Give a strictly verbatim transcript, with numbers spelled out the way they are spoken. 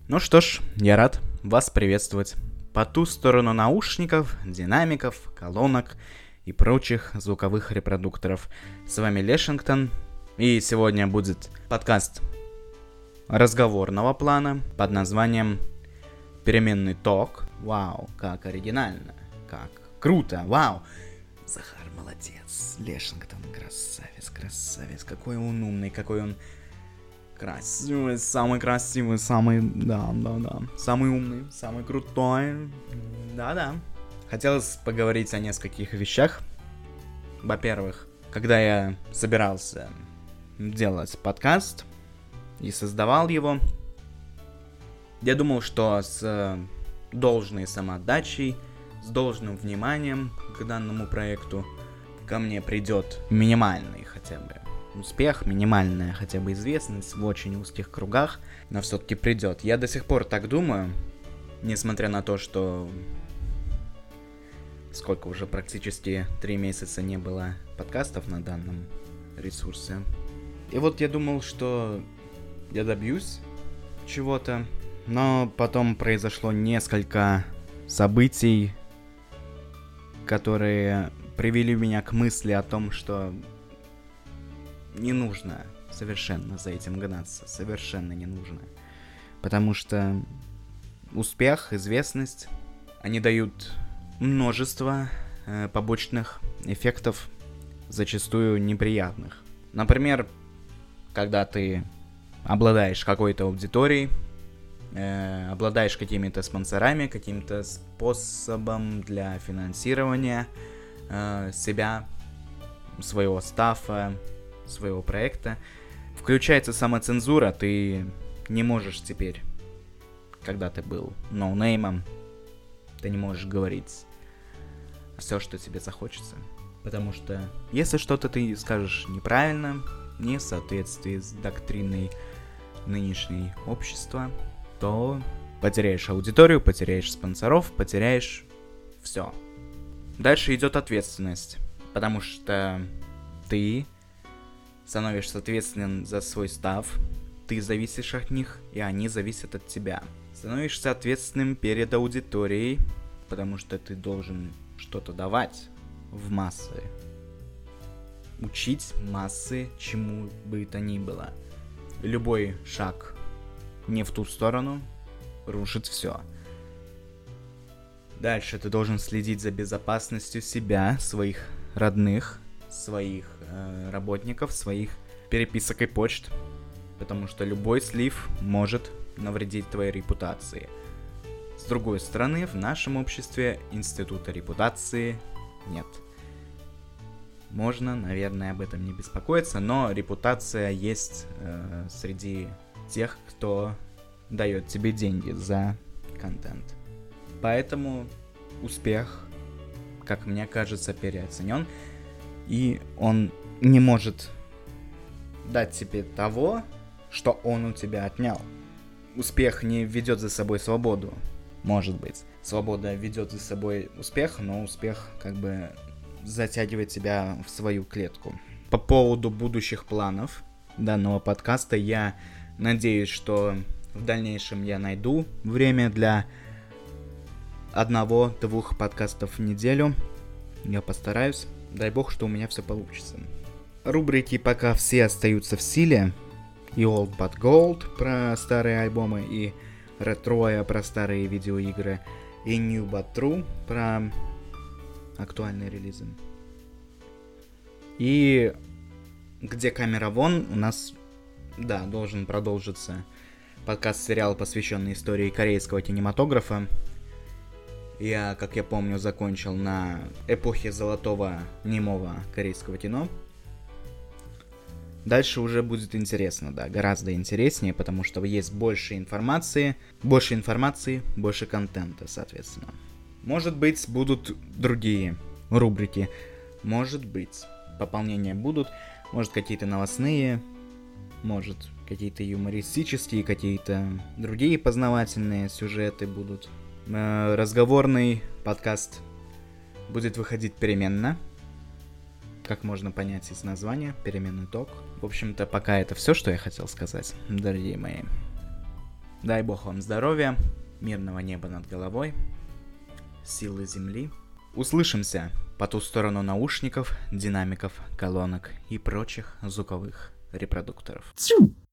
Ну что ж, я рад вас приветствовать по ту сторону наушников, динамиков, колонок и прочих звуковых репродукторов. С вами Лешингтон, и сегодня будет подкаст разговорного плана под названием «Переменный ток». Вау, как оригинально, как круто, вау. Захар молодец, Лешингтон красавец, красавец, какой он умный, какой он красивый, самый красивый, самый, да, да, да, самый умный, самый крутой, да-да. Хотелось поговорить о нескольких вещах. Во-первых, когда я собирался делать подкаст и создавал его, я думал, что с должной самоотдачей, с должным вниманием к данному проекту ко мне придет минимальный хотя бы успех, минимальная хотя бы известность в очень узких кругах, но все-таки придет. Я до сих пор так думаю, несмотря на то, что сколько уже практически три месяца не было подкастов на данном ресурсе. И вот я думал, что я добьюсь чего-то, но потом произошло несколько событий, которые привели меня к мысли о том, что не нужно совершенно за этим гнаться, совершенно не нужно. Потому что успех, известность, они дают множество э, побочных эффектов, зачастую неприятных. Например, когда ты обладаешь какой-то аудиторией, э, обладаешь какими-то спонсорами, каким-то способом для финансирования э, себя, своего стаффа, своего проекта, включается самоцензура, ты не можешь теперь, когда ты был ноунеймом, ты не можешь говорить все, что тебе захочется. Потому что если что-то ты скажешь неправильно, не в соответствии с доктриной нынешней общества, то потеряешь аудиторию, потеряешь спонсоров, потеряешь все. Дальше идет ответственность, потому что ты становишься ответственен за свой стафф, ты зависишь от них, и они зависят от тебя. Становишься ответственным перед аудиторией, потому что ты должен что-то давать в массы. Учить массы чему бы то ни было. Любой шаг не в ту сторону рушит все. Дальше ты должен следить за безопасностью себя, своих родных, своих э, работников, своих переписок и почт, потому что любой слив может навредить твоей репутации. С другой стороны, в нашем обществе института репутации нет. Можно, наверное, об этом не беспокоиться, но репутация есть э, среди тех, кто дает тебе деньги за контент. Поэтому успех, как мне кажется, переоценен. И он не может дать тебе того, что он у тебя отнял. Успех не ведет за собой свободу, может быть. Свобода ведет за собой успех, но успех как бы затягивает тебя в свою клетку. По поводу будущих планов данного подкаста, я надеюсь, что в дальнейшем я найду время для одного-двух подкастов в неделю. Я постараюсь. Дай бог, что у меня все получится. Рубрики пока все остаются в силе. И Old But Gold про старые альбомы, и Ретроя про старые видеоигры, и New But True про актуальные релизы. И Где камера вон у нас, да, должен продолжиться подкаст-сериал, посвященный истории корейского кинематографа. Я, как я помню, закончил на эпохе золотого немого корейского кино. Дальше уже будет интересно, да, гораздо интереснее, потому что есть больше информации, больше информации, больше контента, соответственно. Может быть, будут другие рубрики, может быть, пополнения будут, может, какие-то новостные, может, какие-то юмористические, какие-то другие познавательные сюжеты будут. Разговорный подкаст будет выходить переменно, как можно понять из названия, переменный ток. В общем-то, пока это все, что я хотел сказать, дорогие мои. Дай бог вам здоровья, мирного неба над головой, силы земли. Услышимся по ту сторону наушников, динамиков, колонок и прочих звуковых репродукторов. Тю!